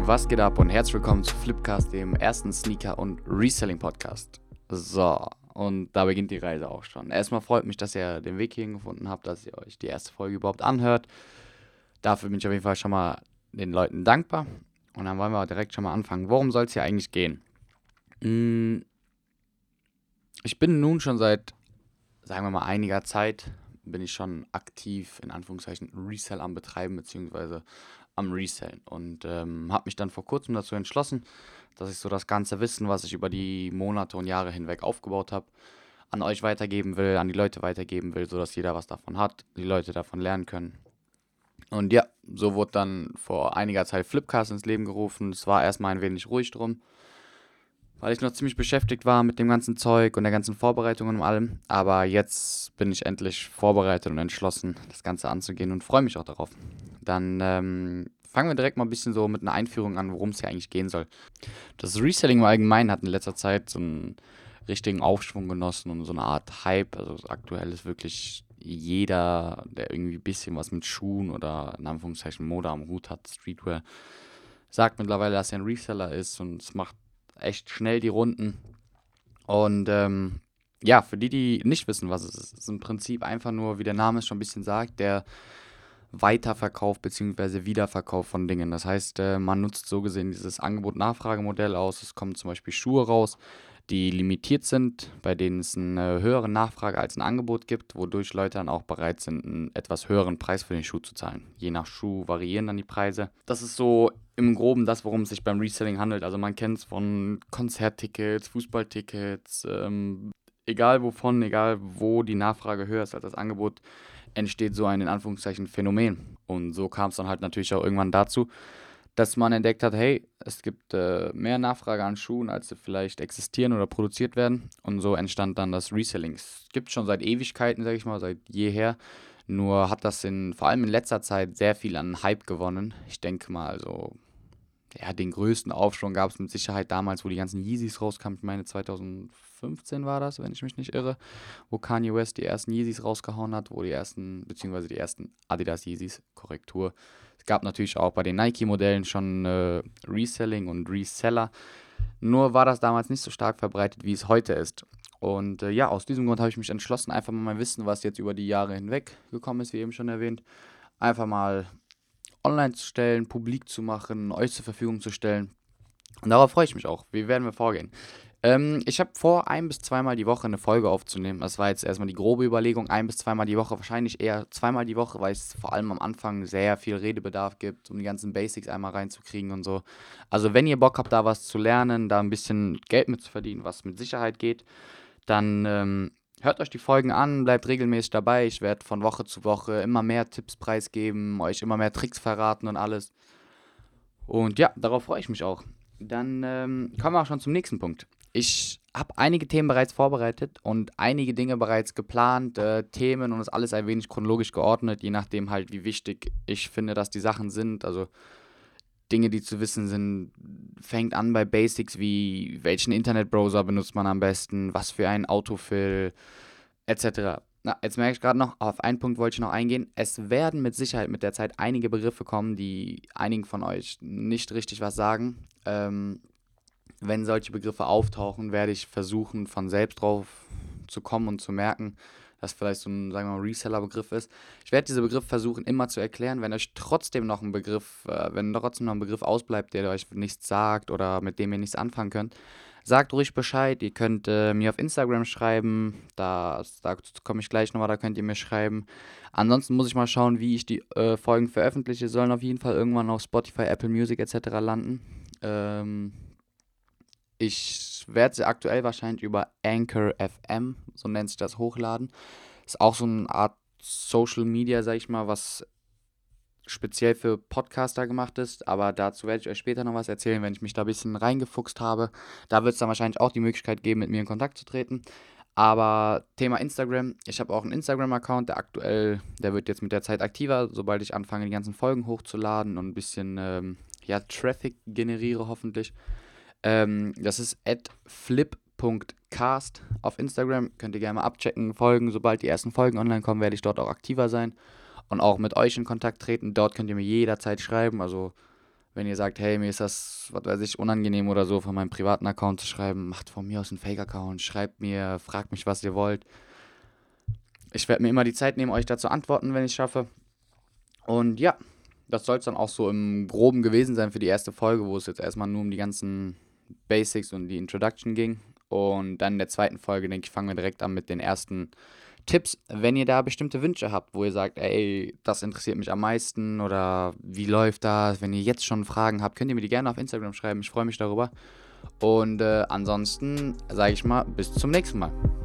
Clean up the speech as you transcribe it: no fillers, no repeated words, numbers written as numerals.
Was geht ab und herzlich willkommen zu Flipcast, dem ersten Sneaker- und Reselling-Podcast. So, und da beginnt die Reise auch schon. Erstmal freut mich, dass ihr den Weg hierhin gefunden habt, dass ihr euch die erste Folge überhaupt anhört. Dafür bin ich auf jeden Fall schon mal den Leuten dankbar. Und dann wollen wir direkt schon mal anfangen. Worum soll es hier eigentlich gehen? Ich bin nun schon seit, sagen wir mal, einiger Zeit, bin ich schon aktiv, in Anführungszeichen, Resell am Betreiben, beziehungsweise am Resellen. Und habe mich dann vor kurzem dazu entschlossen, dass ich so das ganze Wissen, was ich über die Monate und Jahre hinweg aufgebaut habe, an euch weitergeben will, an die Leute weitergeben will, sodass jeder was davon hat, die Leute davon lernen können. Und ja, so wurde dann vor einiger Zeit Flipcast ins Leben gerufen. Es war erstmal ein wenig ruhig drum, weil ich noch ziemlich beschäftigt war mit dem ganzen Zeug und der ganzen Vorbereitung und allem. Aber jetzt bin ich endlich vorbereitet und entschlossen, das Ganze anzugehen und freue mich auch darauf. Dann fangen wir direkt mal ein bisschen so mit einer Einführung an, worum es hier eigentlich gehen soll. Das Reselling im Allgemeinen hat in letzter Zeit so einen richtigen Aufschwung genossen und so eine Art Hype. Also aktuell ist wirklich jeder, der irgendwie ein bisschen was mit Schuhen oder in Anführungszeichen Mode am Hut hat, Streetwear, sagt mittlerweile, dass er ein Reseller ist und es macht echt schnell die Runden. Und ja, für die nicht wissen, was es ist im Prinzip einfach nur, wie der Name es schon ein bisschen sagt, der Weiterverkauf bzw. Wiederverkauf von Dingen. Das heißt, man nutzt so gesehen dieses Angebot-Nachfrage-Modell aus. Es kommen zum Beispiel Schuhe raus, die limitiert sind, bei denen es eine höhere Nachfrage als ein Angebot gibt, wodurch Leute dann auch bereit sind, einen etwas höheren Preis für den Schuh zu zahlen. Je nach Schuh variieren dann die Preise. Das ist so im Groben das, worum es sich beim Reselling handelt. Also man kennt es von Konzerttickets, Fußballtickets, egal wovon, egal wo die Nachfrage höher ist als das Angebot, entsteht so ein in Anführungszeichen Phänomen. Und so kam es dann halt natürlich auch irgendwann dazu, dass man entdeckt hat, hey, es gibt mehr Nachfrage an Schuhen, als sie vielleicht existieren oder produziert werden. Und so entstand dann das Reselling. Es gibt schon seit Ewigkeiten, sage ich mal, seit jeher. Nur hat das vor allem in letzter Zeit sehr viel an Hype gewonnen. Ich denke mal, so, ja, den größten Aufschwung gab es mit Sicherheit damals, wo die ganzen Yeezys rauskamen. Ich meine, 2015 war das, wenn ich mich nicht irre, wo Kanye West die ersten Yeezys rausgehauen hat, beziehungsweise die ersten Adidas Yeezys, Korrektur. Es gab natürlich auch bei den Nike-Modellen schon Reselling und Reseller. Nur war das damals nicht so stark verbreitet, wie es heute ist. Und ja, aus diesem Grund habe ich mich entschlossen, einfach mal mein Wissen, was jetzt über die Jahre hinweg gekommen ist, wie eben schon erwähnt, einfach mal online zu stellen, publik zu machen, euch zur Verfügung zu stellen. Und darauf freue ich mich auch. Wie werden wir vorgehen? Ich habe vor, 1- bis 2-mal die Woche eine Folge aufzunehmen. Das war jetzt erstmal die grobe Überlegung, 1- bis 2-mal die Woche. Wahrscheinlich eher 2-mal die Woche, weil es vor allem am Anfang sehr viel Redebedarf gibt, um die ganzen Basics einmal reinzukriegen und so. Also wenn ihr Bock habt, da was zu lernen, da ein bisschen Geld mit zu verdienen, was mit Sicherheit geht, dann hört euch die Folgen an, bleibt regelmäßig dabei. Ich werde von Woche zu Woche immer mehr Tipps preisgeben, euch immer mehr Tricks verraten und alles. Und ja, darauf freue ich mich auch. Dann kommen wir auch schon zum nächsten Punkt. Ich habe einige Themen bereits vorbereitet und einige Dinge bereits geplant, Themen und das alles ein wenig chronologisch geordnet, je nachdem halt, wie wichtig ich finde, dass die Sachen sind. Also Dinge, die zu wissen sind, fängt an bei Basics wie, welchen Internetbrowser benutzt man am besten, was für ein Autofill, etc. Na, jetzt merke ich gerade noch, auf einen Punkt wollte ich noch eingehen. Es werden mit Sicherheit mit der Zeit einige Begriffe kommen, die einigen von euch nicht richtig was sagen. Wenn solche Begriffe auftauchen, werde ich versuchen, von selbst drauf zu kommen und zu merken, dass vielleicht so ein, sagen wir mal, Reseller-Begriff ist. Ich werde diese Begriffe versuchen, immer zu erklären. Wenn wenn trotzdem noch ein Begriff ausbleibt, der euch nichts sagt oder mit dem ihr nichts anfangen könnt, sagt ruhig Bescheid. Ihr könnt mir auf Instagram schreiben. Da komme ich gleich nochmal, da könnt ihr mir schreiben. Ansonsten muss ich mal schauen, wie ich die Folgen veröffentliche. Sollen auf jeden Fall irgendwann auf Spotify, Apple Music etc. landen. Ich werde sie aktuell wahrscheinlich über Anchor FM, so nennt sich das, hochladen. Ist auch so eine Art Social Media, sag ich mal, was speziell für Podcaster gemacht ist. Aber dazu werde ich euch später noch was erzählen, wenn ich mich da ein bisschen reingefuchst habe. Da wird es dann wahrscheinlich auch die Möglichkeit geben, mit mir in Kontakt zu treten. Aber Thema Instagram, ich habe auch einen Instagram-Account, der wird jetzt mit der Zeit aktiver, sobald ich anfange, die ganzen Folgen hochzuladen und ein bisschen Traffic generiere hoffentlich. Das ist @flip.cast auf Instagram. Könnt ihr gerne mal abchecken, folgen. Sobald die ersten Folgen online kommen, werde ich dort auch aktiver sein und auch mit euch in Kontakt treten. Dort könnt ihr mir jederzeit schreiben. Also Wenn ihr sagt, hey, mir ist das, was weiß ich, unangenehm oder so, von meinem privaten Account zu schreiben, macht von mir aus einen Fake-Account, schreibt mir, fragt mich, was ihr wollt. Ich werde mir immer die Zeit nehmen, euch da zu antworten, wenn ich es schaffe. Und ja, das soll es dann auch so im Groben gewesen sein für die erste Folge, wo es jetzt erstmal nur um die ganzen Basics und die Introduction ging. Und dann in der zweiten Folge, denke ich, fangen wir direkt an mit den ersten Tipps, wenn ihr da bestimmte Wünsche habt, wo ihr sagt, ey, das interessiert mich am meisten oder wie läuft das? Wenn ihr jetzt schon Fragen habt, könnt ihr mir die gerne auf Instagram schreiben. Ich freue mich darüber. Und ansonsten sage ich mal, bis zum nächsten Mal.